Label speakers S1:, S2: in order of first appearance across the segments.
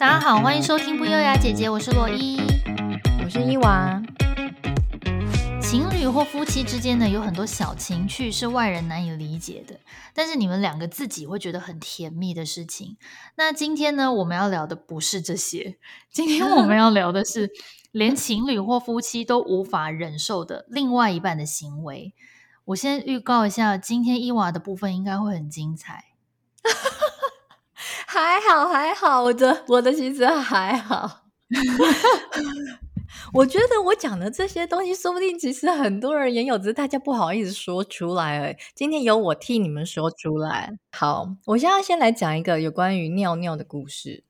S1: 大家好，欢迎收听不优雅姐姐，我是罗伊，
S2: 我是伊娃。
S1: 情侣或夫妻之间呢，有很多小情趣是外人难以理解的，但是你们两个自己会觉得很甜蜜的事情。那今天呢，我们要聊的不是这些，今天我们要聊的是连情侣或夫妻都无法忍受的另外一半的行为。我先预告一下，今天伊娃的部分应该会很精彩。
S2: 还好，我的其实还好。我觉得我讲的这些东西，说不定其实很多人也有，只是大家不好意思说出来而已。今天由我替你们说出来。好，我现在先来讲一个有关于尿尿的故事。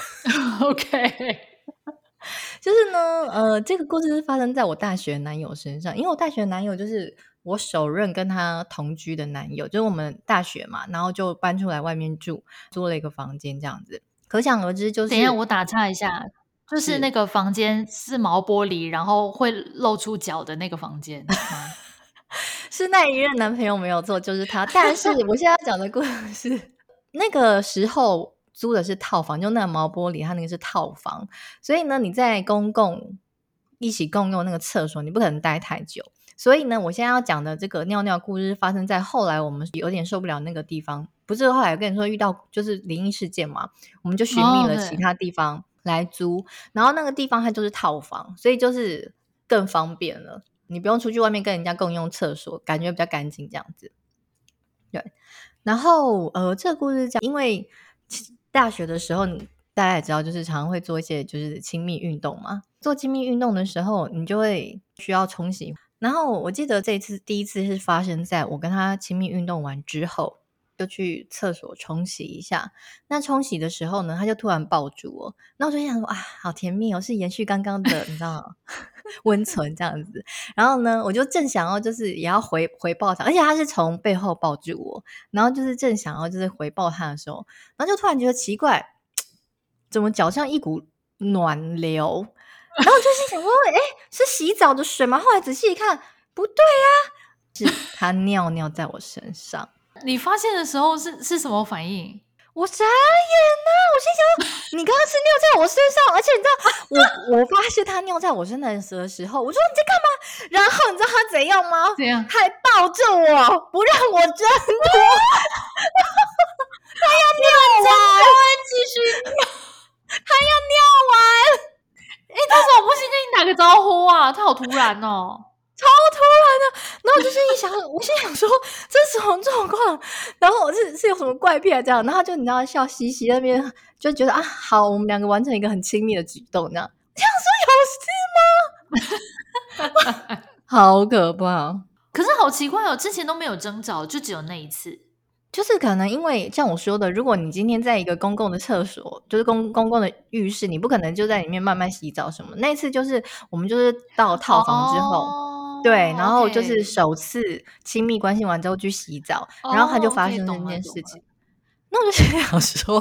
S1: OK，
S2: 就是呢，这个故事是发生在我大学男友身上，因为我大学男友就是我首任跟他同居的男友，就是我们大学嘛，然后就搬出来外面住，租了一个房间这样子。可想而知，就是
S1: 等一下我打岔一下，就是那个房间是毛玻璃，然后会露出脚的那个房间吗？
S2: 是那一任男朋友没有错，就是他。但是我现在要讲的故事，那个时候租的是套房，就那个毛玻璃，它那个是套房，所以呢，你在一起共用那个厕所，你不可能待太久。所以呢，我现在要讲的这个尿尿故事发生在后来我们有点受不了那个地方，不是后来我跟你说遇到就是灵异事件嘛，我们就寻觅了其他地方来租，然后那个地方它就是套房，所以就是更方便了，你不用出去外面跟人家共用厕所，感觉比较干净这样子。对，然后这个故事讲，因为大学的时候大家也知道，就是常常会做一些就是亲密运动嘛，做亲密运动的时候你就会需要冲洗，然后我记得这一次第一次是发生在我跟他亲密运动完之后，就去厕所冲洗一下。那冲洗的时候呢，他就突然抱住我，那我就想说啊，好甜蜜哦，是延续刚刚的你知道温存这样子。然后呢，我就正想要就是也要回抱他，而且他是从背后抱住我，然后就是正想要就是回抱他的时候，然后就突然觉得奇怪，怎么脚上一股暖流，然后我就心想说是洗澡的水吗？后来仔细一看，不对啊，是他尿尿在我身上。
S1: 你发现的时候是什么反应？
S2: 我傻眼啊！我心想，你刚刚是尿在我身上，而且你知道，我发现他尿在我身上的时候，我说你在干嘛？然后你知道他怎样吗？
S1: 怎样？
S2: 还抱着我，不让我挣脱。他要尿完，
S1: 继续尿。
S2: 他要尿完。
S1: 他怎么不先跟你打个招呼啊？他好突然哦。
S2: 超突然的，然后就是我心想说这是什么状况，然后是有什么怪癖啊这样，然后就你知道笑嘻嘻那边就觉得啊好，我们两个完成一个很亲密的举动，这样这样说有事吗？好可怕！
S1: 可是好奇怪哦，之前都没有征兆，就只有那一次。
S2: 就是可能因为像我说的，如果你今天在一个公共的厕所，就是公共的浴室，你不可能就在里面慢慢洗澡什么。那一次就是我们就是到套房之后，对，然后就是首次亲密关系完之后去洗澡，然后他就发生这件事情。那我就想说，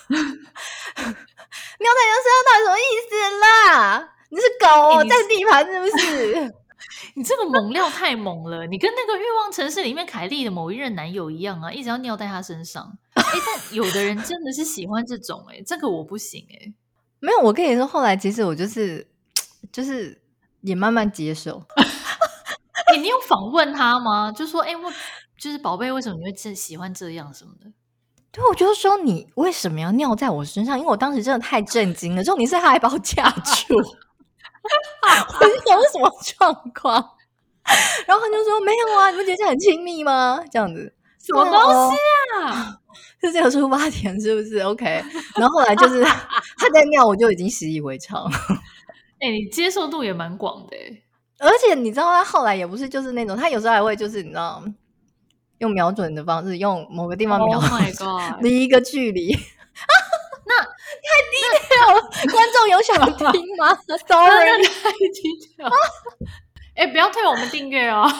S2: 尿在人身上到底什么意思啦？你是狗哦，占地盘是不是？
S1: 你这个猛料太猛了，你跟那个《欲望城市》里面凯莉的某一任男友一样啊，一直要尿在他身上。但有的人真的是喜欢这种这个我不行
S2: 没有，我跟你说，后来其实我就是也慢慢接受。
S1: 你有访问他吗？就说就是宝贝，为什么你会喜欢这样什么的？
S2: 对，我就说你为什么要尿在我身上？因为我当时真的太震惊了，重点是他还把我架住。我就想为什么状况，然后他就说没有啊，你们觉得很亲密吗？这样子
S1: 什么东西啊？
S2: 是这个出发点是不是 OK？ 然后后来就是他在尿，我就已经习以为常。
S1: 你接受度也蛮广的
S2: 而且你知道他后来也不是就是那种，他有时候还会就是你知道用瞄准的方式，用某个地方瞄准，离一个距离。
S1: 那
S2: 太低调了，观众有想听吗？Sorry，
S1: 太低调。不要退我们订阅哦。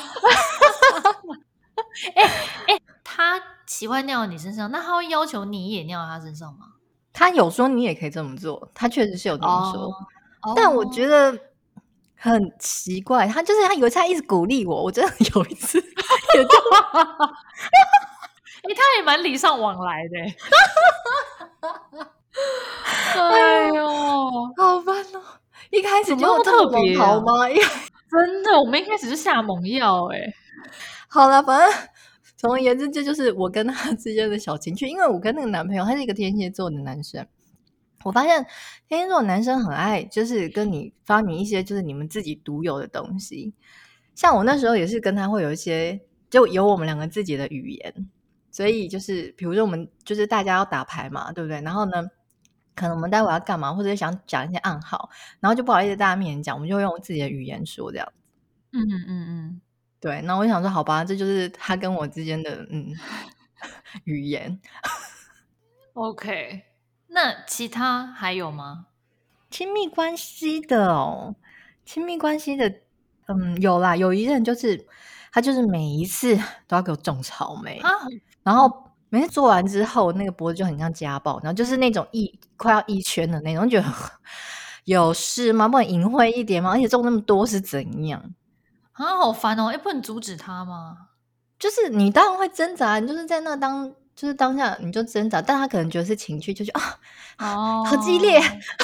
S1: 他喜欢尿在你身上，那他会要求你也尿在他身上吗？
S2: 他有说你也可以这么做，他确实是有这么说，但我觉得很奇怪，他有一次他一直鼓励我，我真的有一次也就
S1: 他也蛮礼尚往来的哎呦，
S2: 好烦哦！一开始就
S1: 怎么那么
S2: 这么
S1: 特别啊？
S2: 猛逃吗？
S1: 真的，我们一开始就下猛药
S2: 好了，反正总而言之，这就是我跟他之间的小情趣。因为我跟那个男朋友，他是一个天蝎座的男生，我发现天蝎座的男生很爱，就是跟你发明一些就是你们自己独有的东西。像我那时候也是跟他会有一些，就有我们两个自己的语言。所以就是比如说我们就是大家要打牌嘛，对不对？然后呢，可能我们待会要干嘛，或者想讲一些暗号，然后就不好意思在大家面前讲，我们就会用自己的语言说这样。对，那我想说好吧，这就是他跟我之间的语言。
S1: OK，那其他还有吗？
S2: 亲密关系的哦，亲密关系的有啦，有一任就是他就是每一次都要给我种草莓，然后每次做完之后那个脖子就很像家暴，然后就是那种快要一圈的那种，觉得有事吗？不能隐晦一点吗？而且种那么多是怎样？
S1: 好烦哦！不能阻止他吗？
S2: 就是你当然会挣扎，你就是在那就是当下你就挣扎，但他可能觉得是情绪，就觉得好激烈。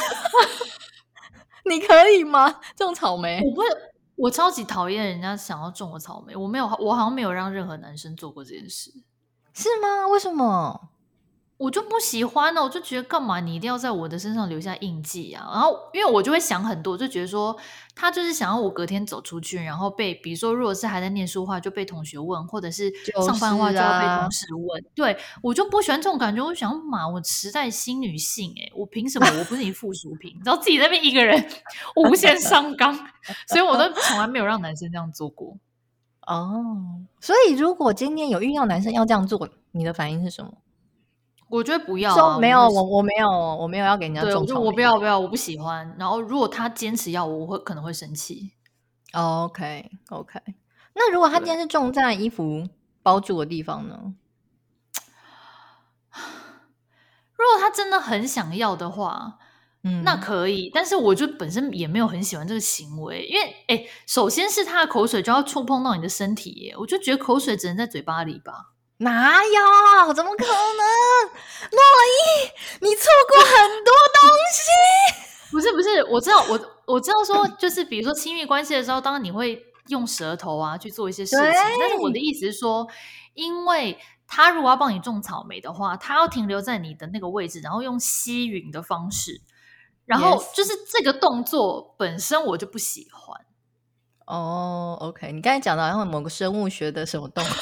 S2: 你可以吗？种草莓？
S1: 我不会，我超级讨厌人家想要种我草莓。我好像没有让任何男生做过这件事。
S2: 是吗？为什么？
S1: 我就不喜欢了，我就觉得干嘛你一定要在我的身上留下印记啊？然后因为我就会想很多，就觉得说他就是想要我隔天走出去，然后比如说如果是还在念书的话，就被同学问，或者是上班的话就要被同事问。对，我就不喜欢这种感觉。我想嘛，我时代新女性我凭什么我不是你附属品？然后自己在那边一个人无限上纲，所以我都从来没有让男生这样做过。
S2: 所以如果今天有遇到男生要这样做，你的反应是什么？
S1: 我觉得不要
S2: 说没有，我没有要给人家种草莓。
S1: 对，我不要，我不喜欢。然后如果他坚持要我可能会生气。
S2: OK， 那如果他今天是种在衣服包住的地方呢？
S1: 如果他真的很想要的话，那可以。但是我就本身也没有很喜欢这个行为，因为首先是他的口水就要触碰到你的身体耶，我就觉得口水只能在嘴巴里吧。
S2: 哪有？怎么可能？洛伊，你错过很多东西。
S1: 不是，我知道说，就是比如说亲密关系的时候，当然你会用舌头啊去做一些事情，但是我的意思是说，因为他如果要帮你种草莓的话，他要停留在你的那个位置，然后用吸吮的方式，然后就是这个动作本身我就不喜欢。
S2: OK， 你刚才讲到好像某个生物学的什么动物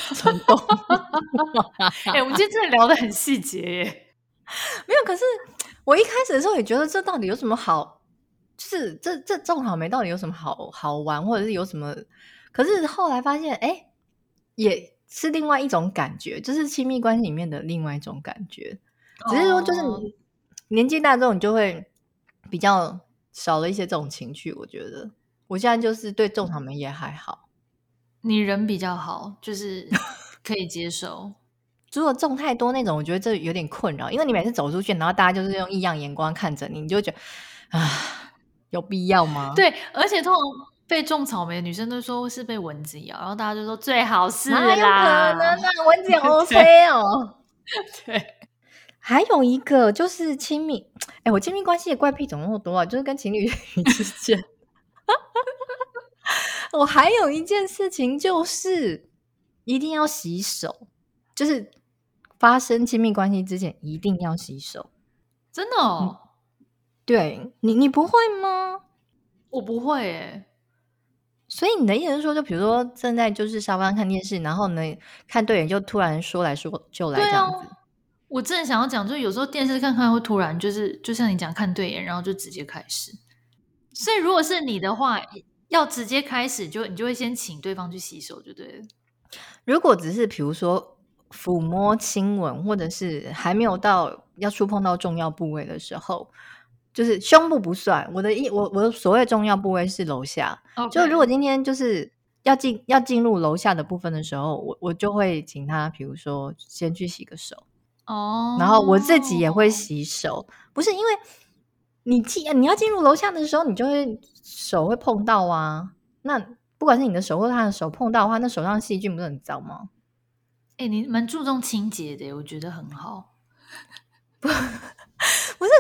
S1: 我们今天真的聊得很细节耶。
S2: 没有，可是我一开始的时候也觉得这到底有什么好，就是这种草莓到底有什么好玩，或者是有什么？可是后来发现，也是另外一种感觉，就是亲密关系里面的另外一种感觉。只是说，就是你年纪大之后，你就会比较少了一些这种情绪。我觉得我现在就是对种草莓也还好。
S1: 你人比较好，就是可以接受。
S2: 如果种太多那种，我觉得这有点困扰，因为你每次走出去，然后大家就是用异样眼光看着你，你就会觉得有必要吗？
S1: 对，而且通常被种草莓的女生都说是被蚊子咬，然后大家就说最好是啦，
S2: 哪有可能啊？蚊子OK 哦。
S1: 对，
S2: 还有一个就是亲密，我亲密关系的怪癖怎么那么多啊？就是跟情侣之间。我还有一件事情就是一定要洗手，就是发生亲密关系之前一定要洗手。
S1: 真的哦？
S2: 对，你不会吗？
S1: 我不会
S2: 所以你的意思是说，就比如说正在就是沙发上看电视，然后呢看对眼就突然说来说就来这样子。
S1: 我正想要讲，就是有时候电视看看会突然就像你讲看对眼，然后就直接开始。所以如果是你的话，要直接开始你就会先请对方去洗手就对了。
S2: 如果只是比如说抚摸亲吻，或者是还没有到要触碰到重要部位的时候，就是胸部不算。我的所谓重要部位是楼下。就如果今天就是要进入楼下的部分的时候，我就会请他比如说先去洗个手。然后我自己也会洗手。不是因为你要进入楼下的时候，你就会手会碰到啊。那不管是你的手或他的手碰到的话，那手上细菌不是很糟吗？
S1: 你蛮注重清洁的，我觉得很好。
S2: 不是，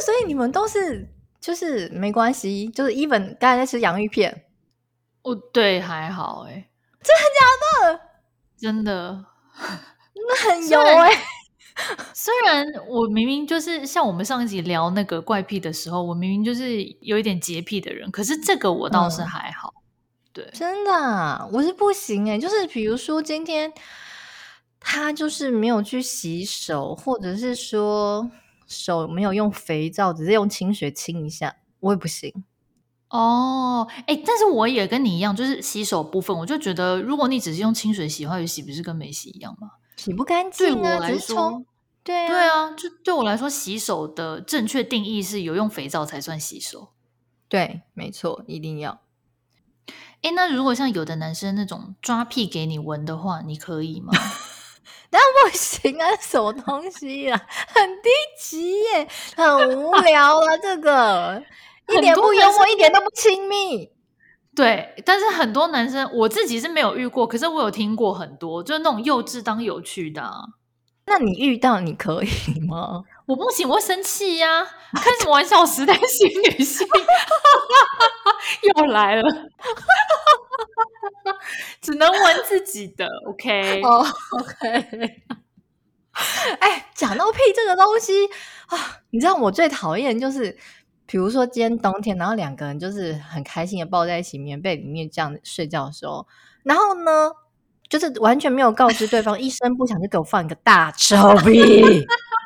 S2: 所以你们都是就是没关系，就是 even 刚才在吃洋芋片，
S1: 对，还好真
S2: 的假的？
S1: 真的，
S2: 那很油
S1: 虽然我明明就是像我们上一集聊那个怪癖的时候，我明明就是有一点洁癖的人，可是这个我倒是还好。对，
S2: 真的啊，我是不行就是比如说今天他就是没有去洗手，或者是说手没有用肥皂，只是用清水清一下，我也不行。
S1: 但是我也跟你一样，就是洗手部分，我就觉得如果你只是用清水洗的话，洗不是跟没洗一样吗？
S2: 洗不干
S1: 对
S2: 净啊，
S1: 我来说，
S2: 对
S1: 啊，就对我来说，洗手的正确定义是有用肥皂才算洗手。
S2: 对，没错，一定要。
S1: 那如果像有的男生那种抓屁给你闻的话，你可以吗？
S2: 但不行啊，什么东西啊，很低级耶，很无聊啊，这个一点不幽默，一点都不亲密。
S1: 对，但是很多男生，我自己是没有遇过，可是我有听过很多，就是那种幼稚当有趣的啊。
S2: 那你遇到你可以吗？
S1: 我不行，我会生气呀！开什么玩笑，时代新女性又来了，只能闻自己的 ，OK？
S2: OK。讲到屁这个东西啊，你知道我最讨厌就是，比如说今天冬天，然后两个人就是很开心的抱在一起棉被里面这样睡觉的时候，然后呢，就是完全没有告知对方，一声不响就给我放一个大臭屁。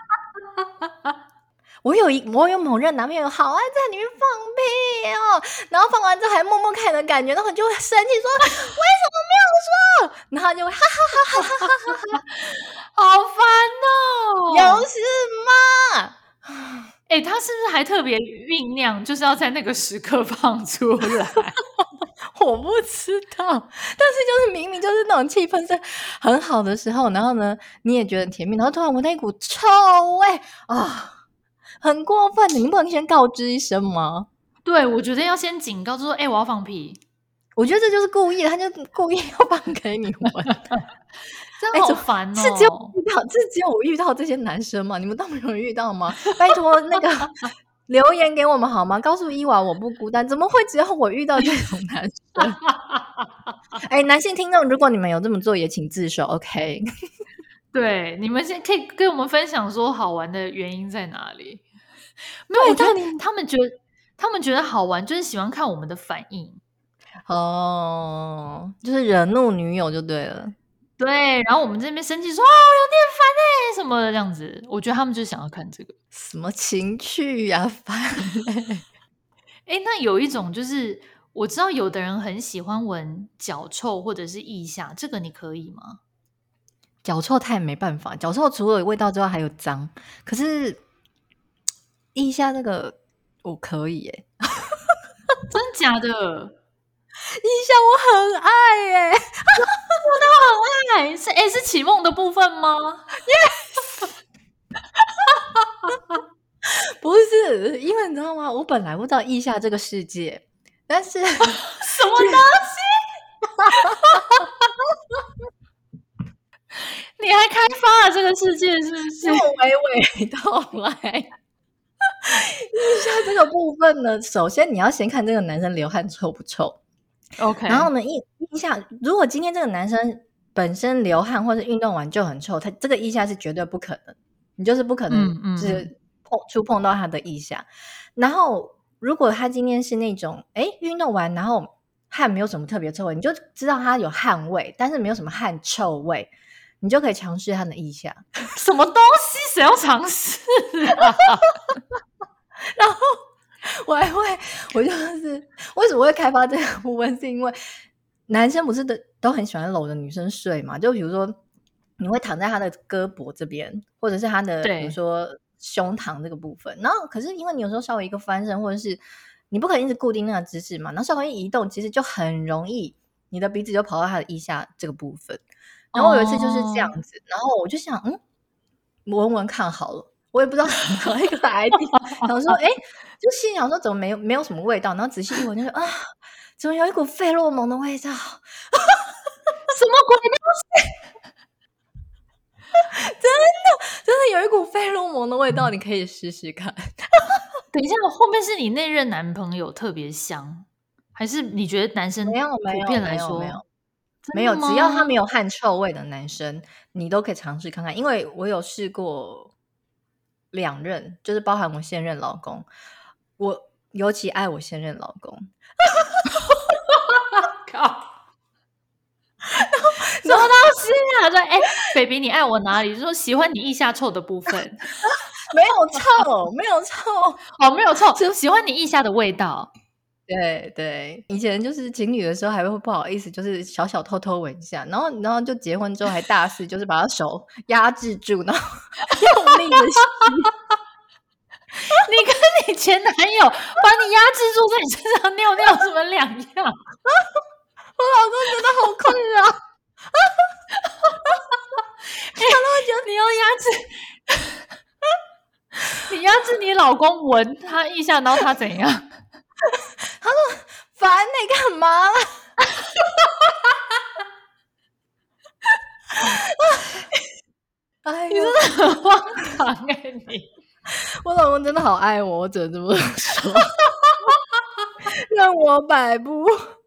S2: 我有某任男朋友好爱在里面放屁哦，然后放完之后还默默看的感觉，然后就会生气说为什么没有说，然后就会哈哈哈哈哈哈，
S1: 好烦
S2: 有事吗？
S1: 他是不是还特别酝酿，就是要在那个时刻放出来？
S2: 我不知道，但是就是明明就是那种气氛是很好的时候，然后呢你也觉得甜蜜，然后突然闻到一股臭味啊，很过分的，你不能先告知一声吗？
S1: 对，我觉得要先警告，就说我要放屁。
S2: 我觉得这就是故意的，他就故意要放给你闻。
S1: 真好烦哦！
S2: 是只有我遇到这些男生吗？你们都没有遇到吗？拜托那个留言给我们好吗？告诉伊娃我不孤单，怎么会只有我遇到这种男生？男性听众，如果你们有这么做，也请自首 ，OK？
S1: 对，你们先可以跟我们分享说好玩的原因在哪里？没有，我觉得他们觉得好玩，就是喜欢看我们的反应。
S2: 就是惹怒女友就对了。
S1: 对，然后我们这边生气说有点烦什么的这样子，我觉得他们就是想要看这个
S2: 什么情趣呀，烦
S1: 那有一种就是我知道有的人很喜欢闻脚臭或者是腋下，这个你可以吗？
S2: 脚臭太没办法，脚臭除了味道之外还有脏，可是腋下那个我可以耶。
S1: 真的假的？
S2: 腋下我很爱耶，
S1: 我很爱，是启梦的部分吗？
S2: Yes 不是，因为你知道吗？我本来不知道腋下这个世界，但是
S1: 什么东西？你还开发了这个世界是不是？
S2: 娓娓道来。腋下这个部分呢，首先你要先看这个男生流汗臭不臭。
S1: OK，
S2: 然后呢，腋下如果今天这个男生本身流汗或者运动完就很臭，他这个腋下是绝对不可能，你就是不可能就是触碰到他的腋下。然后如果他今天是那种运动完然后汗没有什么特别臭味，你就知道他有汗味，但是没有什么汗臭味，你就可以尝试他的腋下。
S1: 什么东西？谁要尝试啊？
S2: 然后我就是为什么会开发这个部分，是因为男生不是都很喜欢搂着女生睡嘛？就比如说你会躺在他的胳膊这边，或者是他的比如说胸膛这个部分，然后可是因为你有时候稍微一个翻身，或者是你不可能一直固定那个姿势嘛，然后稍微一移动，其实就很容易你的鼻子就跑到他的腋下这个部分。然后我有一次就是这样子，然后我就想闻闻看好了，我也不知道哪一个 idea， 想说就心想说怎么没有什么味道，然后仔细一闻就怎么有一股费洛蒙的味道？什
S1: 么鬼东西？
S2: 真的有一股费洛蒙的味道，你可以试试看。
S1: 等一下，后面是你那任男朋友特别香，还是你觉得男生
S2: 没有没有
S1: 普遍来
S2: 没有没有
S1: 说？
S2: 没有，
S1: 真的
S2: 只要他
S1: 吗？
S2: 没有汗臭味的男生，你都可以尝试看看。因为我有试过2任，就是包含我现任老公，我尤其爱我现任老公。
S1: 靠！什么东西啊？说baby，你爱我哪里？就说喜欢你腋下臭的部分。
S2: 没有臭，没有臭。
S1: 哦，没有臭，喜欢你腋下的味道。
S2: 对对，以前就是情侣的时候还会不好意思，就是小小偷偷闻一下，然后就结婚之后还大肆就是把他手压制住，然后用力的吸。
S1: 你跟你前男友把你压制住，在你身上尿尿有什么两样？
S2: 我老公真的好困扰。
S1: 你要压制，你压制你老公闻他腋下，然后他怎样？
S2: 他说：“烦你干嘛啦？”哎呦，
S1: 你真的很荒唐你！
S2: 我老公真的好爱我，我只能这么说，让我摆布。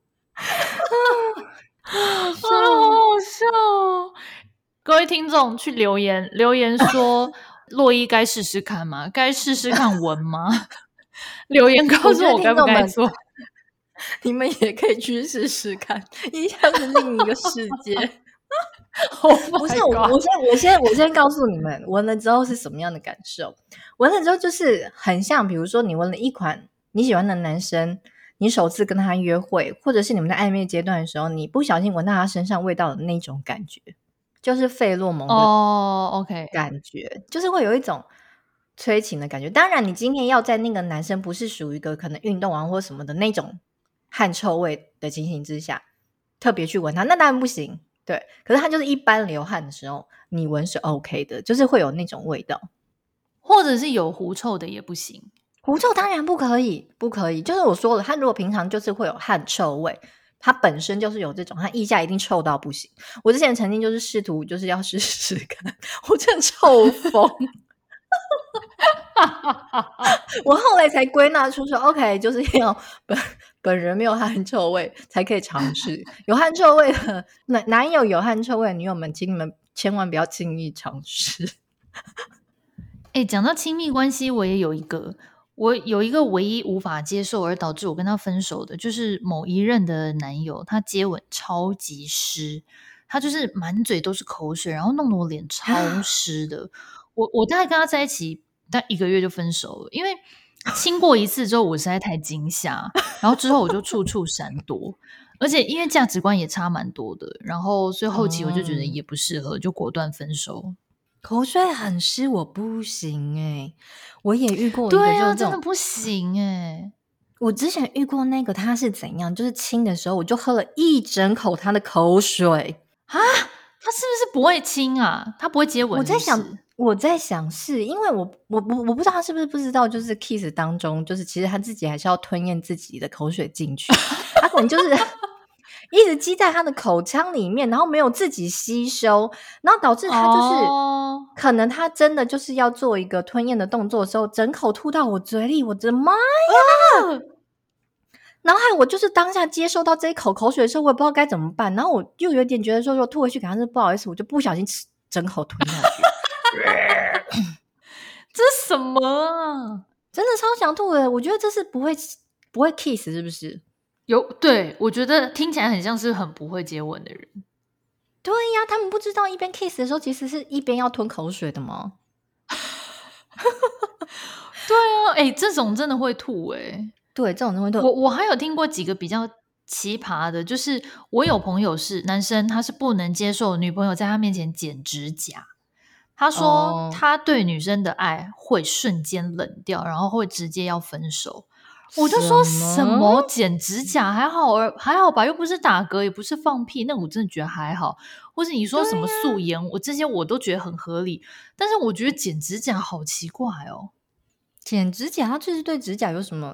S2: 好笑，
S1: 好好笑哦！各位听众去留言说，洛伊该试试看吗？该试试看闻吗？留言告诉我该不该做。
S2: 你们也可以去试试看，一下是另一个世界。不是我先告诉你们，闻了之后是什么样的感受。闻了之后就是很像，比如说你闻了一款你喜欢的男生，你首次跟他约会，或者是你们在暧昧阶段的时候，你不小心闻到他身上味道的那种感觉，就是费洛蒙的
S1: OK，
S2: 感觉，就是会有一种催情的感觉。当然，你今天要在那个男生不是属于一个可能运动完或什么的那种汗臭味的情形之下，特别去闻它，那当然不行。对，可是他就是一般流汗的时候，你闻是 OK 的，就是会有那种味道。
S1: 或者是有狐臭的也不行。
S2: 狐臭当然不可以，不可以。就是我说了，他如果平常就是会有汗臭味，他本身就是有这种，他腋下一定臭到不行。我之前曾经就是试图就是要试试看，我真的臭疯。我后来才归纳出说 OK， 就是要本人没有汗臭味才可以尝试，有汗臭味的男友有汗臭味的女友们，请你们千万不要轻易尝试。
S1: 讲到亲密关系，我有一个唯一无法接受而导致我跟他分手的，就是某一任的男友，他接吻超级湿，他就是满嘴都是口水，然后弄得我脸超湿的。我大概跟他在一起大概1个月就分手了，因为亲过一次之后我实在太惊吓，然后之后我就处处闪躲，而且因为价值观也差蛮多的，然后所以后期我就觉得也不适合，就果断分手。
S2: 口水很湿我不行我也遇过一个
S1: 对啊，
S2: 就是这种
S1: 真的不行
S2: 我之前遇过那个他是怎样，就是亲的时候我就喝了一整口他的口水
S1: 啊！他是不是不会亲啊？他不会接吻是不是？
S2: 我在想是因为我不知道他是不是不知道，就是 kiss 当中，就是其实他自己还是要吞咽自己的口水进去，他可能就是一直积在他的口腔里面，然后没有自己吸收，然后导致他就是可能他真的就是要做一个吞咽的动作的时候，整口吐到我嘴里，我的妈呀！然后我就是当下接受到这一口口水的时候，我也不知道该怎么办，然后我又有点觉得说，如果吐回去给他是不好意思，我就不小心整口吞下去。
S1: 这是什么啊？
S2: 真的超想吐的，我觉得这是不会 kiss 是不是？
S1: 对，我觉得听起来很像是很不会接吻的人。
S2: 对呀，他们不知道一边 kiss 的时候，其实是一边要吞口水的吗？
S1: 对啊，这种真的会吐
S2: 对，这种真的会吐。
S1: 我还有听过几个比较奇葩的，就是我有朋友是男生，他是不能接受女朋友在他面前剪指甲。他说他对女生的爱会瞬间冷掉，然后会直接要分手。我就说什么剪指甲还好吧，又不是打嗝，也不是放屁，那我真的觉得还好。或是你说什么素颜，我这些我都觉得很合理。但是我觉得剪指甲好奇怪哦。
S2: 剪指甲，他就是对指甲有什么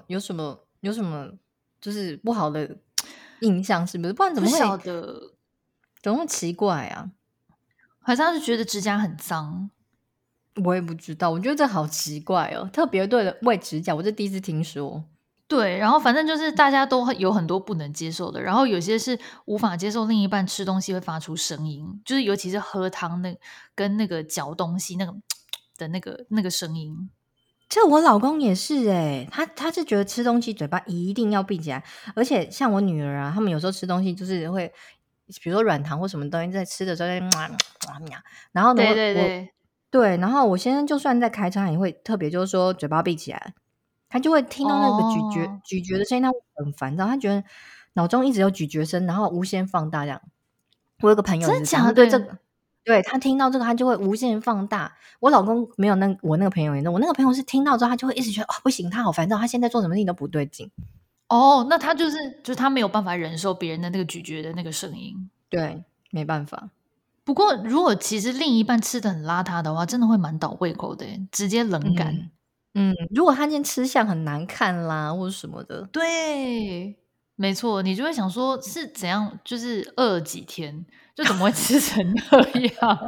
S2: 就是不好的印象，是不是？不然怎么会
S1: 不晓得，
S2: 怎么奇怪啊？
S1: 还是他是觉得指甲很脏？
S2: 我也不知道，我觉得这好奇怪哦，特别对的喂指甲，我这第一次听说。
S1: 对，然后反正就是大家都有很多不能接受的，然后有些是无法接受另一半吃东西会发出声音，就是尤其是喝汤跟那个嚼东西那个的那个声音。
S2: 这我老公也是他是觉得吃东西嘴巴一定要闭起来，而且像我女儿啊，他们有时候吃东西就是会，比如说软糖或什么东西，在吃的时候在然后呢，对，然后我先生就算在开车也会特别就是说嘴巴闭起来，他就会听到那个咀嚼的声音，他会很烦躁，他觉得脑中一直有咀嚼声，然后无限放大这样。我有个朋友也是这样，对这个。对，他听到这个他就会无限放大。我老公没有我那个朋友严重，我那个朋友是听到之后他就会一直觉得不行，他好烦躁，他现在做什么事情都不对劲。
S1: 那他就是他没有办法忍受别人的那个咀嚼的那个声音。
S2: 对，没办法。
S1: 不过如果其实另一半吃的很邋遢的话，真的会蛮倒胃口的，直接冷感。
S2: 如果他今天吃相很难看啦或者什么的，
S1: 对，没错，你就会想说是怎样，就是饿了几天就怎么会吃成那样。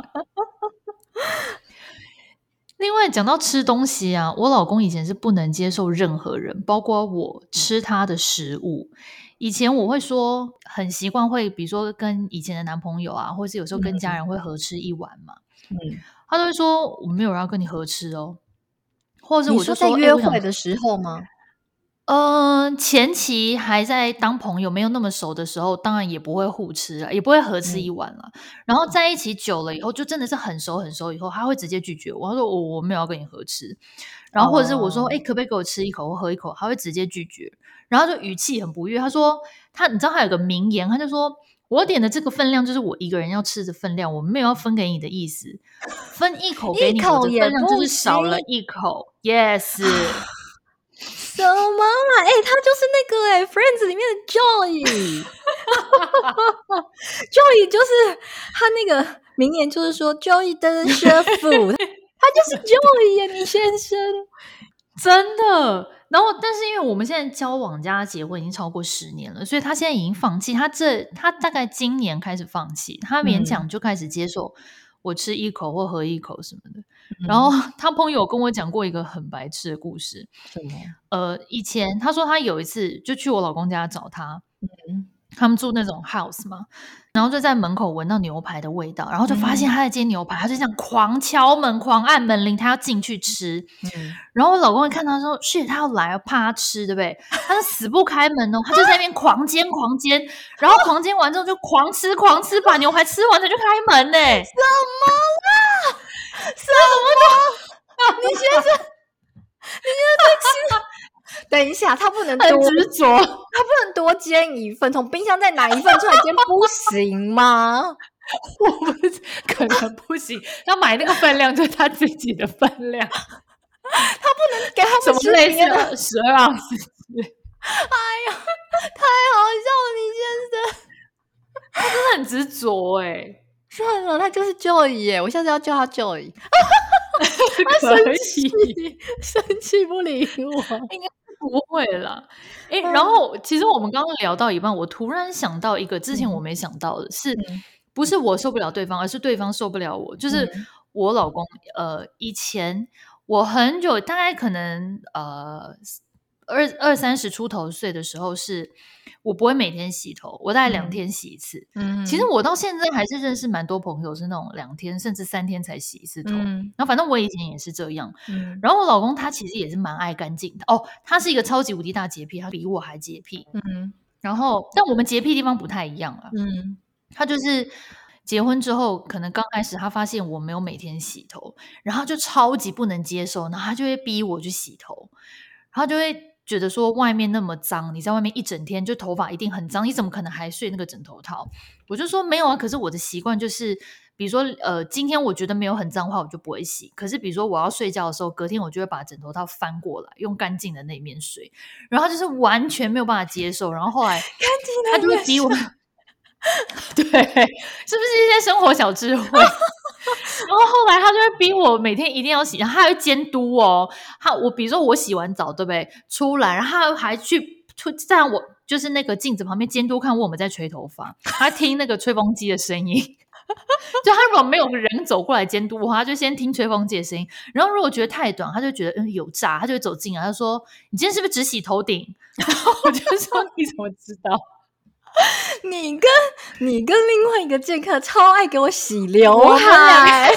S1: 另外讲到吃东西啊，我老公以前是不能接受任何人，包括我吃他的食物。以前我会说很习惯会比如说跟以前的男朋友啊，或是有时候跟家人会合吃一碗嘛，他都会说我没有人要跟你合吃哦，或者我就
S2: 说在约会的时候吗？
S1: 前期还在当朋友没有那么熟的时候，当然也不会互吃了，也不会合吃一碗了。然后在一起久了以后，就真的是很熟很熟以后，他会直接拒绝我，他说我没有要跟你合吃。然后或者是我说可不可以给我吃一口或喝一口，他会直接拒绝，然后就语气很不悦。他说你知道他有个名言，他就说我点的这个分量就是我一个人要吃的分量，我没有要分给你的意思，分一口给你我的分量就是少了一口。Yes。
S2: 什么啦？他就是那个Friends 里面的 Joey。Joey 就是他那个名言，就是说 Joey 的学府，他就是 Joey 呀，你先生。
S1: 真的。然后，但是因为我们现在交往加结婚已经超过10年了，所以他现在已经放弃。他大概今年开始放弃，他勉强就开始接受我吃一口或喝一口什么的。然后他朋友跟我讲过一个很白痴的故事。
S2: 什么？
S1: 以前他说他有一次就去我老公家找他，他们住那种 house 嘛，然后就在门口闻到牛排的味道，然后就发现他在煎牛排，他就这样狂敲门狂按门铃，他要进去吃。然后我老公一看他说他要来怕他吃对不对，他就死不开门哦，他就在那边狂煎，然后狂煎完之后就狂吃，把牛排吃完才就开门呢。
S2: 什么啦？什么？你现在在吃？等一下，他不能多
S1: 执着，
S2: 他不能多煎一份，从冰箱再拿一份出来煎不行吗？
S1: 可能不行，他买那个分量就是他自己的分量，
S2: 他不能给他们
S1: 什么类似的12盎司。
S2: 哎呀，太好笑了，你先生，
S1: 他真的很执着
S2: 算了，他就是 Joey 我下次要叫他 Joey。
S1: 他
S2: 生气不理我，
S1: 应该不会啦。然后其实我们刚刚聊到一半，我突然想到一个之前我没想到的是，不是我受不了对方，而是对方受不了我。就是我老公以前我很久，大概可能20-30出头岁的时候，是我不会每天洗头，我大概2天洗一次。其实我到现在还是认识蛮多朋友是那种2天甚至3天才洗一次头。然后反正我以前也是这样。然后我老公他其实也是蛮爱干净的他是一个超级无敌大洁癖，他比我还洁癖。然后但我们洁癖的地方不太一样啊。他就是结婚之后可能刚开始他发现我没有每天洗头，然后就超级不能接受，然后他就会逼我去洗头，然后就会觉得说外面那么脏，你在外面一整天就头发一定很脏，你怎么可能还睡那个枕头套？我就说没有啊，可是我的习惯就是比如说今天我觉得没有很脏的话我就不会洗，可是比如说我要睡觉的时候隔天我就会把枕头套翻过来用干净的那面睡，然后他就是完全没有办法接受，然后后来他就会逼我对，是不是一些生活小智慧？然后后来他就会逼我每天一定要洗，然后他还会监督我比如说我洗完澡对不对出来，然后他还去站我就是那个镜子旁边监督看我有没有在吹头发，他听那个吹风机的声音。 就他如果没有人走过来监督的话，他就先听吹风机的声音，然后如果觉得太短，他就觉得有诈，他就会走近来，他就说你今天是不是只洗头顶？然后我就说你怎么知道？
S2: 你跟另外一个剑客超爱给我洗刘海，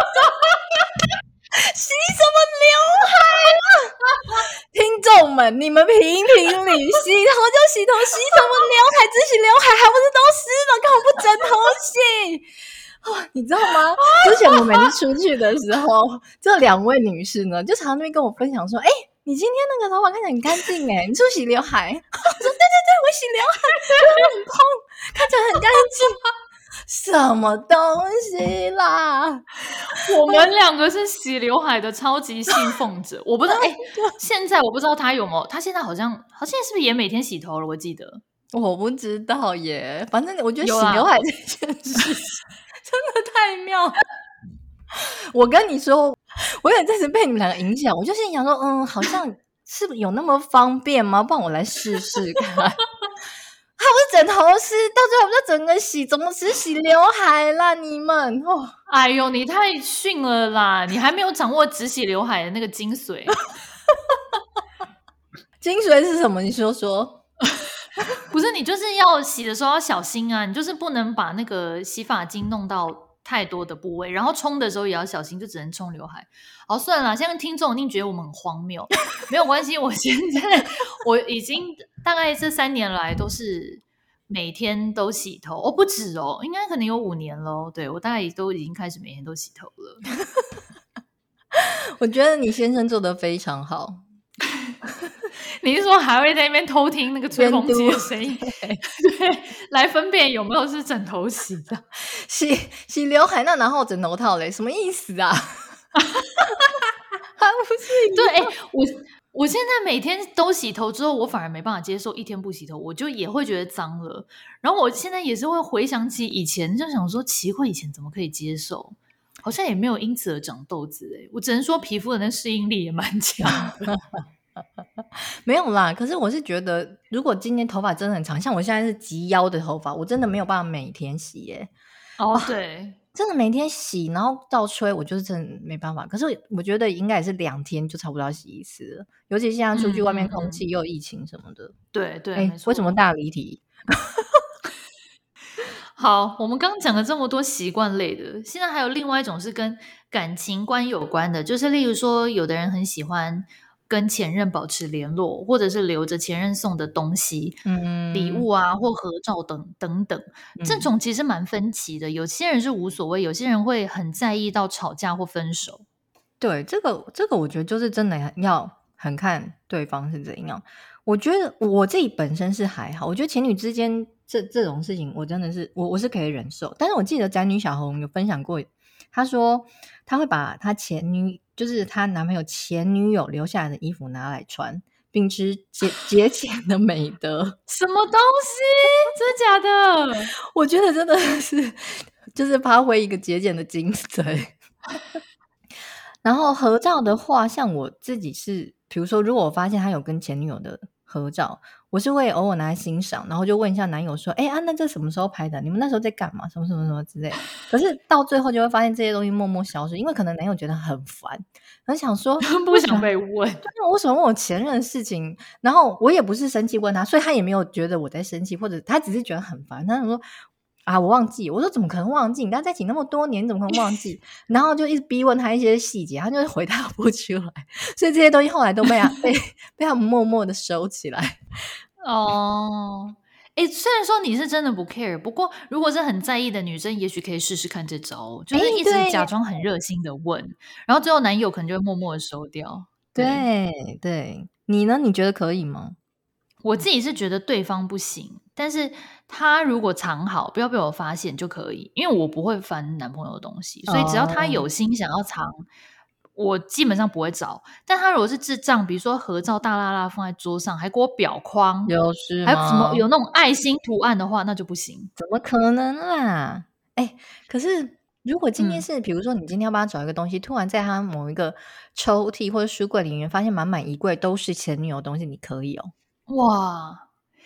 S2: 洗什么刘海啊？听众们，你们评评理，洗头就洗头，洗什么刘海？只洗刘海还不是都湿了？干嘛不枕头洗？你知道吗？之前我每次出去的时候，这2位女士呢，就常常跟我分享说：“你今天那个头发看起来很干净你是不是洗刘海？”我说：“对，我洗刘海，很蓬，看起来很干净。”什么东西啦？
S1: 我们2个是洗刘海的超级信奉者。我不知道，现在我不知道他有没有，他现在好像是不是也每天洗头了？我记得
S2: 我不知道耶，反正我觉得洗刘海这件事情真的太妙。我跟你说，我也真是被你们2个影响，我就心想说，好像是不是有那么方便吗？不然我来试试看。他不是枕头湿，到最后不是整个洗，怎么只洗刘海啦？你们
S1: 哎呦，你太逊了啦！你还没有掌握只洗刘海的那个精髓。
S2: 精髓是什么？你说说。
S1: 不是，你就是要洗的时候要小心啊！你就是不能把那个洗发精弄到太多的部位，然后冲的时候也要小心，就只能冲刘海。好，算了啦，现在听众一定觉得我们很荒谬，没有关系。我已经大概这3年来都是每天都洗头不止应该可能有5年咯。对，我大概都已经开始每天都洗头了。
S2: 我觉得你先生做得非常好。
S1: 你是说还会在那边偷听那个吹风机的声音？对，来分辨有没有是枕头洗的。
S2: 洗刘海那然后枕头套嘞，什么意思啊？还不是
S1: 对，我现在每天都洗头之后，我反而没办法接受1天不洗头，我就也会觉得脏了。然后我现在也是会回想起以前，就想说奇怪，以前怎么可以接受？好像也没有因此而长痘子我只能说皮肤的那适应力也蛮强的。
S2: 没有啦，可是我是觉得，如果今天头发真的很长，像我现在是及腰的头发，我真的没有办法每天洗
S1: 对，
S2: 真的每天洗，然后倒吹，我就是真的没办法。可是我觉得应该也是2天就差不多要洗一次了，尤其现在出去外面空气又有疫情什么的。
S1: 对，没错。
S2: 为什么大离题？
S1: 好，我们刚刚讲了这么多习惯类的，现在还有另外一种是跟感情观有关的，就是例如说，有的人很喜欢跟前任保持联络，或者是留着前任送的东西，礼物啊，或合照等等，这种其实蛮分歧的。有些人是无所谓，有些人会很在意到吵架或分手。
S2: 对，这个我觉得就是真的要很看对方是怎样。我觉得我自己本身是还好，我觉得情侣之间这种事情，我真的是我是可以忍受。但是我记得宅女小红有分享过，她说她会把她就是她男朋友前女友留下来的衣服拿来穿，秉持节俭的美德。
S1: 什么东西？真的假的？
S2: 我觉得真的是就是发挥一个节俭的精髓。然后合照的话，像我自己是，比如说如果我发现他有跟前女友的合照，我是会偶尔拿来欣赏，然后就问一下男友说，那这什么时候拍的？你们那时候在干嘛？什么什么什么之类的。可是到最后就会发现这些东西默默消失，因为可能男友觉得很烦，很想说
S1: 不想被问，
S2: 为什么问我前任的事情？然后我也不是生气问他，所以他也没有觉得我在生气，或者他只是觉得很烦。他想说我忘记。我说怎么可能忘记？你跟他在一起那么多年，你怎么可能忘记？然后就一直逼问他一些细节，他就回答不出来。所以这些东西后来都被他默默的收起来。
S1: 虽然说你是真的不 care， 不过如果是很在意的女生，也许可以试试看这招，就是一直假装很热心的问，然后最后男友可能就会默默的收掉。
S2: 对，你呢？你觉得可以吗？
S1: 我自己是觉得对方不行，但是他如果藏好，不要被我发现就可以，因为我不会翻男朋友的东西，所以只要他有心想要藏，我基本上不会找。但他如果是智障，比如说合照大拉拉放在桌上，还给我裱框，
S2: 是吗？
S1: 还有什么有那种爱心图案的话，那就不行。
S2: 怎么可能啦？可是如果今天是比如说你今天要帮他找一个东西，突然在他某一个抽屉或者书柜里面发现满满衣柜都是前女友的东西，你可以哇，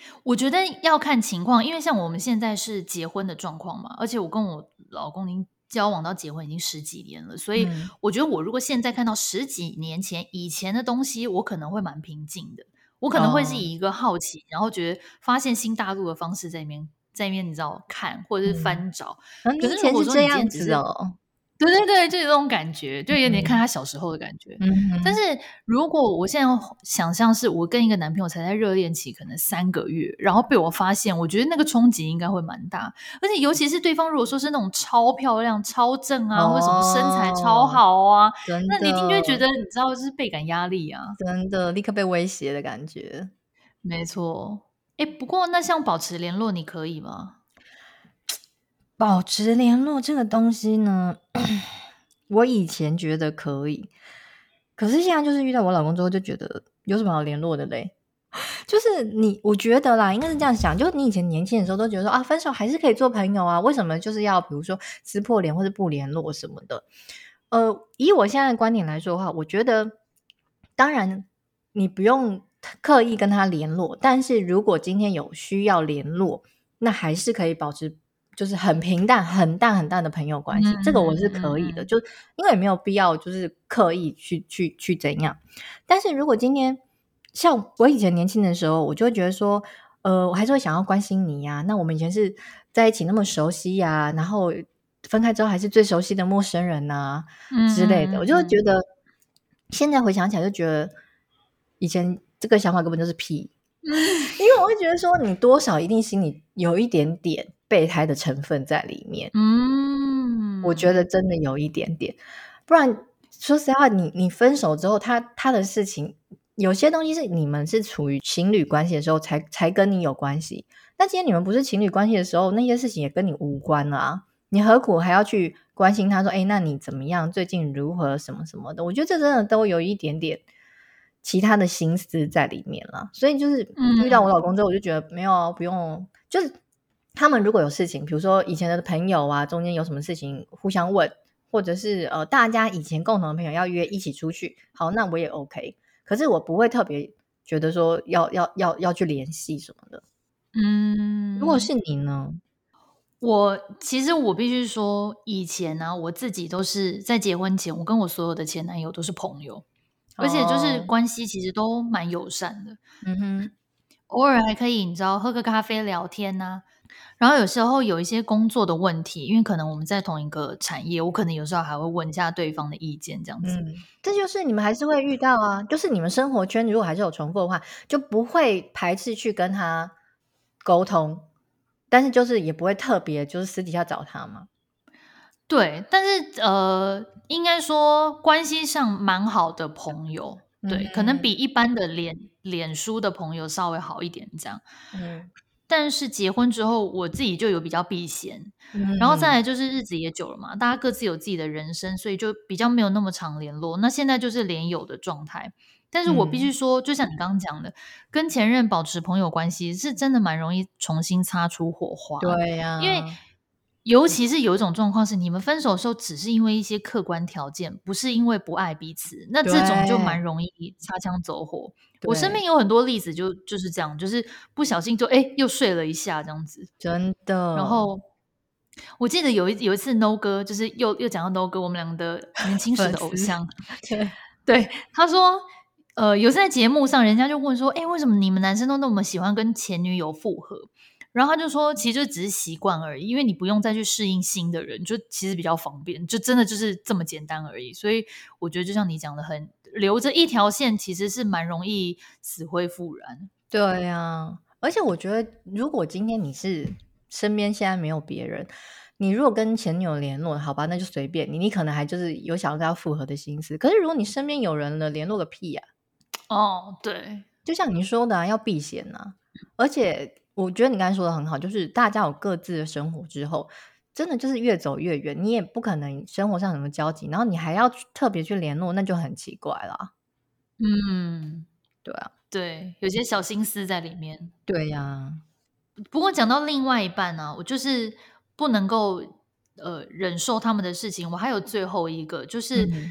S1: 我觉得要看情况，因为像我们现在是结婚的状况嘛，而且我跟我老公已经交往到结婚已经10几年了，所以我觉得我如果现在看到10几年前以前的东西，我可能会蛮平静的，我可能会是以一个好奇，然后觉得发现新大陆的方式在那边你知道看或者是翻找。可
S2: 你以
S1: 是如果说你
S2: 前是这样
S1: 今天只是
S2: 子哦。
S1: 对对对，就有这种感觉，就有点看他小时候的感觉。但是如果我现在想象是我跟一个男朋友才在热恋期，可能3个月，然后被我发现，我觉得那个冲击应该会蛮大。而且尤其是对方如果说是那种超漂亮、超正啊，或者什么身材超好啊，
S2: 真
S1: 那你一定就会觉
S2: 的
S1: 得，你知道，就是倍感压力啊。
S2: 真的立刻被威胁的感觉。
S1: 没错。不过那像保持联络，你可以吗？
S2: 保持联络这个东西呢，我以前觉得可以，可是现在就是遇到我老公之后，就觉得有什么好联络的嘞？就是我觉得啦，应该是这样想，就是你以前年轻的时候都觉得说啊，分手还是可以做朋友啊，为什么就是要比如说撕破脸或者不联络什么的？以我现在的观点来说的话，我觉得当然你不用刻意跟他联络，但是如果今天有需要联络，那还是可以保持就是很平淡、很淡的朋友关系，这个我是可以的，就因为也没有必要就是刻意去怎样。但是如果今天像我以前年轻的时候，我就会觉得说，我还是会想要关心你呀。那我们以前是在一起那么熟悉呀，然后分开之后还是最熟悉的陌生人啊之类的，我就会觉得现在回想起来就觉得以前这个想法根本就是屁。因为我会觉得说你多少一定心里有一点点备胎的成分在里面。我觉得真的有一点点，不然说实话你分手之后他的事情有些东西是你们是处于情侣关系的时候才跟你有关系，那今天你们不是情侣关系的时候，那些事情也跟你无关了啊，你何苦还要去关心他说那你怎么样，最近如何什么什么的，我觉得这真的都有一点点其他的心思在里面了。所以就是遇到我老公之后，我就觉得没有不用，就是他们如果有事情，比如说以前的朋友啊，中间有什么事情互相问，或者是大家以前共同的朋友要约一起出去，好，那我也 OK。可是我不会特别觉得说要去联系什么的。如果是你呢？
S1: 其实我必须说，以前呢，我自己都是在结婚前，我跟我所有的前男友都是朋友，而且就是关系其实都蛮友善的。偶尔还可以你知道喝个咖啡聊天啊，然后有时候有一些工作的问题，因为可能我们在同一个产业，我可能有时候还会问一下对方的意见这样子。
S2: 这就是你们还是会遇到啊，就是你们生活圈如果还是有重复的话，就不会排斥去跟他沟通，但是就是也不会特别就是私底下找他嘛。
S1: 对，但是应该说关系上蛮好的朋友，对，可能比一般的脸书的朋友稍微好一点这样。但是结婚之后，我自己就有比较避嫌，然后再来就是日子也久了嘛，大家各自有自己的人生，所以就比较没有那么常联络。那现在就是连友的状态，但是我必须说，就像你刚刚讲的，跟前任保持朋友关系是真的蛮容易重新擦出火花。
S2: 对呀，
S1: 因为尤其是有一种状况是，你们分手的时候只是因为一些客观条件，不是因为不爱彼此，那这种就蛮容易擦枪走火。我身边有很多例子就是这样，就是不小心就又睡了一下这样子，
S2: 真的。
S1: 然后我记得有一次 No 哥，就是又讲到 No 哥，我们两个年轻时的偶像，对，他说有在节目上，人家就问说，为什么你们男生都那么喜欢跟前女友复合？然后他就说，其实就只是习惯而已，因为你不用再去适应新的人，就其实比较方便，就真的就是这么简单而已。所以我觉得就像你讲的，很留着一条线，其实是蛮容易死灰复燃。
S2: 对啊，而且我觉得如果今天你是身边现在没有别人，你如果跟前女友联络，好吧，那就随便你可能还就是有想要跟他复合的心思。可是如果你身边有人了，联络个屁啊！
S1: 对，
S2: 就像你说的要避嫌啊。而且我觉得你刚才说的很好，就是大家有各自的生活之后，真的就是越走越远，你也不可能生活上有什么交集，然后你还要特别去联络，那就很奇怪啦。对啊，
S1: 对，有些小心思在里面。
S2: 对呀。
S1: 不过讲到另外一半呢，我就是不能够忍受他们的事情。我还有最后一个，就是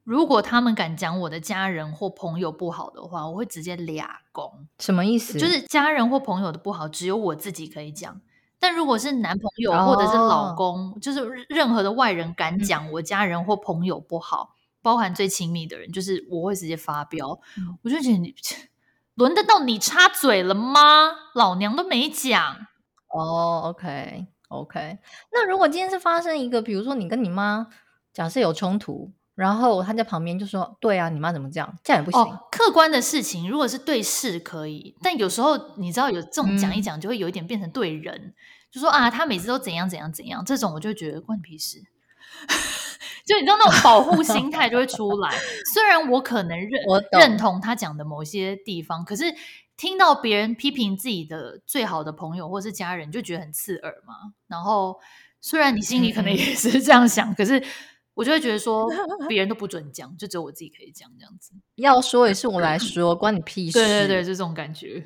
S1: 如果他们敢讲我的家人或朋友不好的话，我会直接俩公。
S2: 什么意思？
S1: 就是家人或朋友的不好，只有我自己可以讲。但如果是男朋友或者是老公，就是任何的外人敢讲我家人或朋友不好，包含最亲密的人，就是我会直接发飙。我就觉得你轮得到你插嘴了吗？老娘都没讲。
S2: OK。那如果今天是发生一个，比如说你跟你妈假设有冲突，然后他在旁边就说：“对啊，你妈怎么这样？这样也不行。”
S1: 客观的事情如果是对事可以，但有时候你知道有这种讲一讲，就会有一点变成对人，就说啊，他每次都怎样怎样怎样，这种我就觉得关你屁事。就你知道那种保护心态就会出来。虽然我可能认同他讲的某些地方，可是听到别人批评自己的最好的朋友或是家人，就觉得很刺耳嘛。然后虽然你心里可能也是这样想，可是我就会觉得说别人都不准讲，就只有我自己可以讲这样子。
S2: 要说也是我来说，关你屁事。
S1: 对，就这种感觉。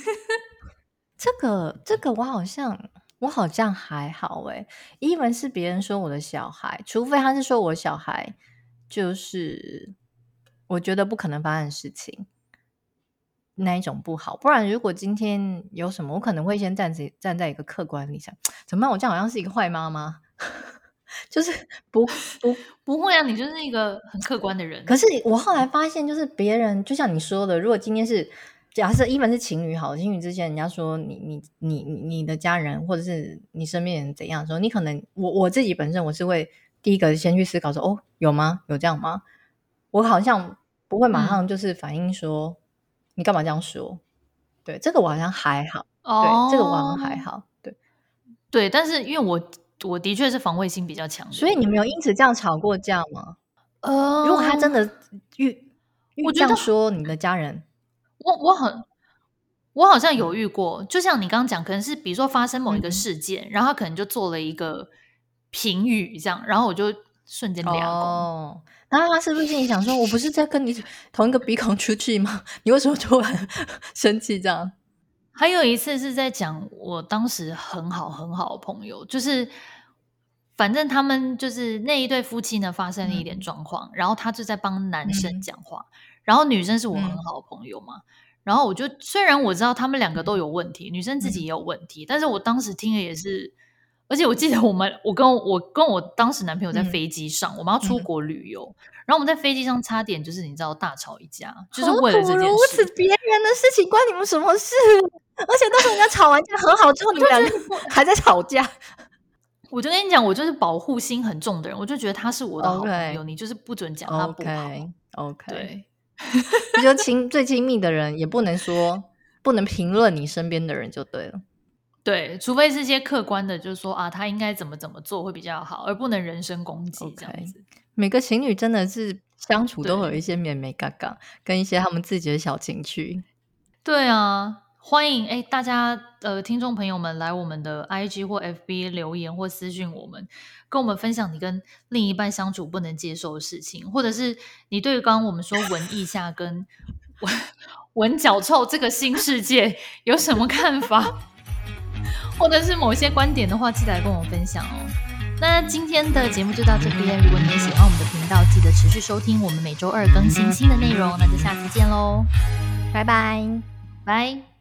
S2: 这个我好像还好欸，even 是别人说我的小孩，除非他是说我小孩就是我觉得不可能发生的事情那一种不好，不然如果今天有什么，我可能会先站在一个客观立场。怎么办？我这样好像是一个坏妈妈。就是不
S1: 会啊，你就是一个很客观的人。
S2: 可是我后来发现，就是别人就像你说的，如果今天是假设even是情侣好，情侣之间人家说你的家人或者是你身边人怎样的时候，你可能我自己本身我是会第一个先去思考说，哦，有吗？有这样吗？我好像不会马上就是反应说，你干嘛这样说？对，这个我好像还好。对，这个我好像还好。
S1: 对，但是因为我的确是防卫心比较强，
S2: 所以你没有因此这样吵过架吗？如果他真的这样说你的家人，
S1: 我好像有遇过，就像你刚刚讲，可能是比如说发生某一个事件，然后他可能就做了一个评语这样，然后我就瞬间俩公。
S2: 然后他是不是心里想说，我不是在跟你同一个鼻孔出去吗？你为什么突然生气这样？
S1: 还有一次是在讲我当时很好的朋友，就是反正他们就是那一对夫妻呢发生了一点状况，然后他就在帮男生讲话，然后女生是我很好的朋友嘛，然后我就虽然我知道他们两个都有问题，女生自己也有问题，但是我当时听的也是，而且我记得我跟我当时男朋友在飞机上，我们要出国旅游，然后我们在飞机上差点就是你知道大吵一架，就是为了这件事。
S2: 如此，别人的事情关你们什么事？而且当时人家吵完架很好之后，你们两个还在吵架。
S1: 我就跟你讲，我就是保护心很重的人，我就觉得他是我的好朋友，你就是不准讲他不好。
S2: OK，
S1: 对，
S2: 就最亲密的人也不能评论你身边的人就对了。
S1: 对，除非是一些客观的，就是说啊，他应该怎么做会比较好，而不能人身攻击这样子。
S2: 每个情侣真的是相处都有一些眉眉角角，跟一些他们自己的小情趣。
S1: 对啊。欢迎大家听众朋友们来我们的 IG 或 FB 留言或私讯我们，跟我们分享你跟另一半相处不能接受的事情，或者是你对于刚刚我们说闻腋下跟闻脚臭这个新世界有什么看法，或者是某些观点的话，记得来跟我们分享哦。那今天的节目就到这边，如果你也喜欢我们的频道，记得持续收听我们每周2更新新的内容，那就下次见咯，
S2: 拜拜。
S1: 拜。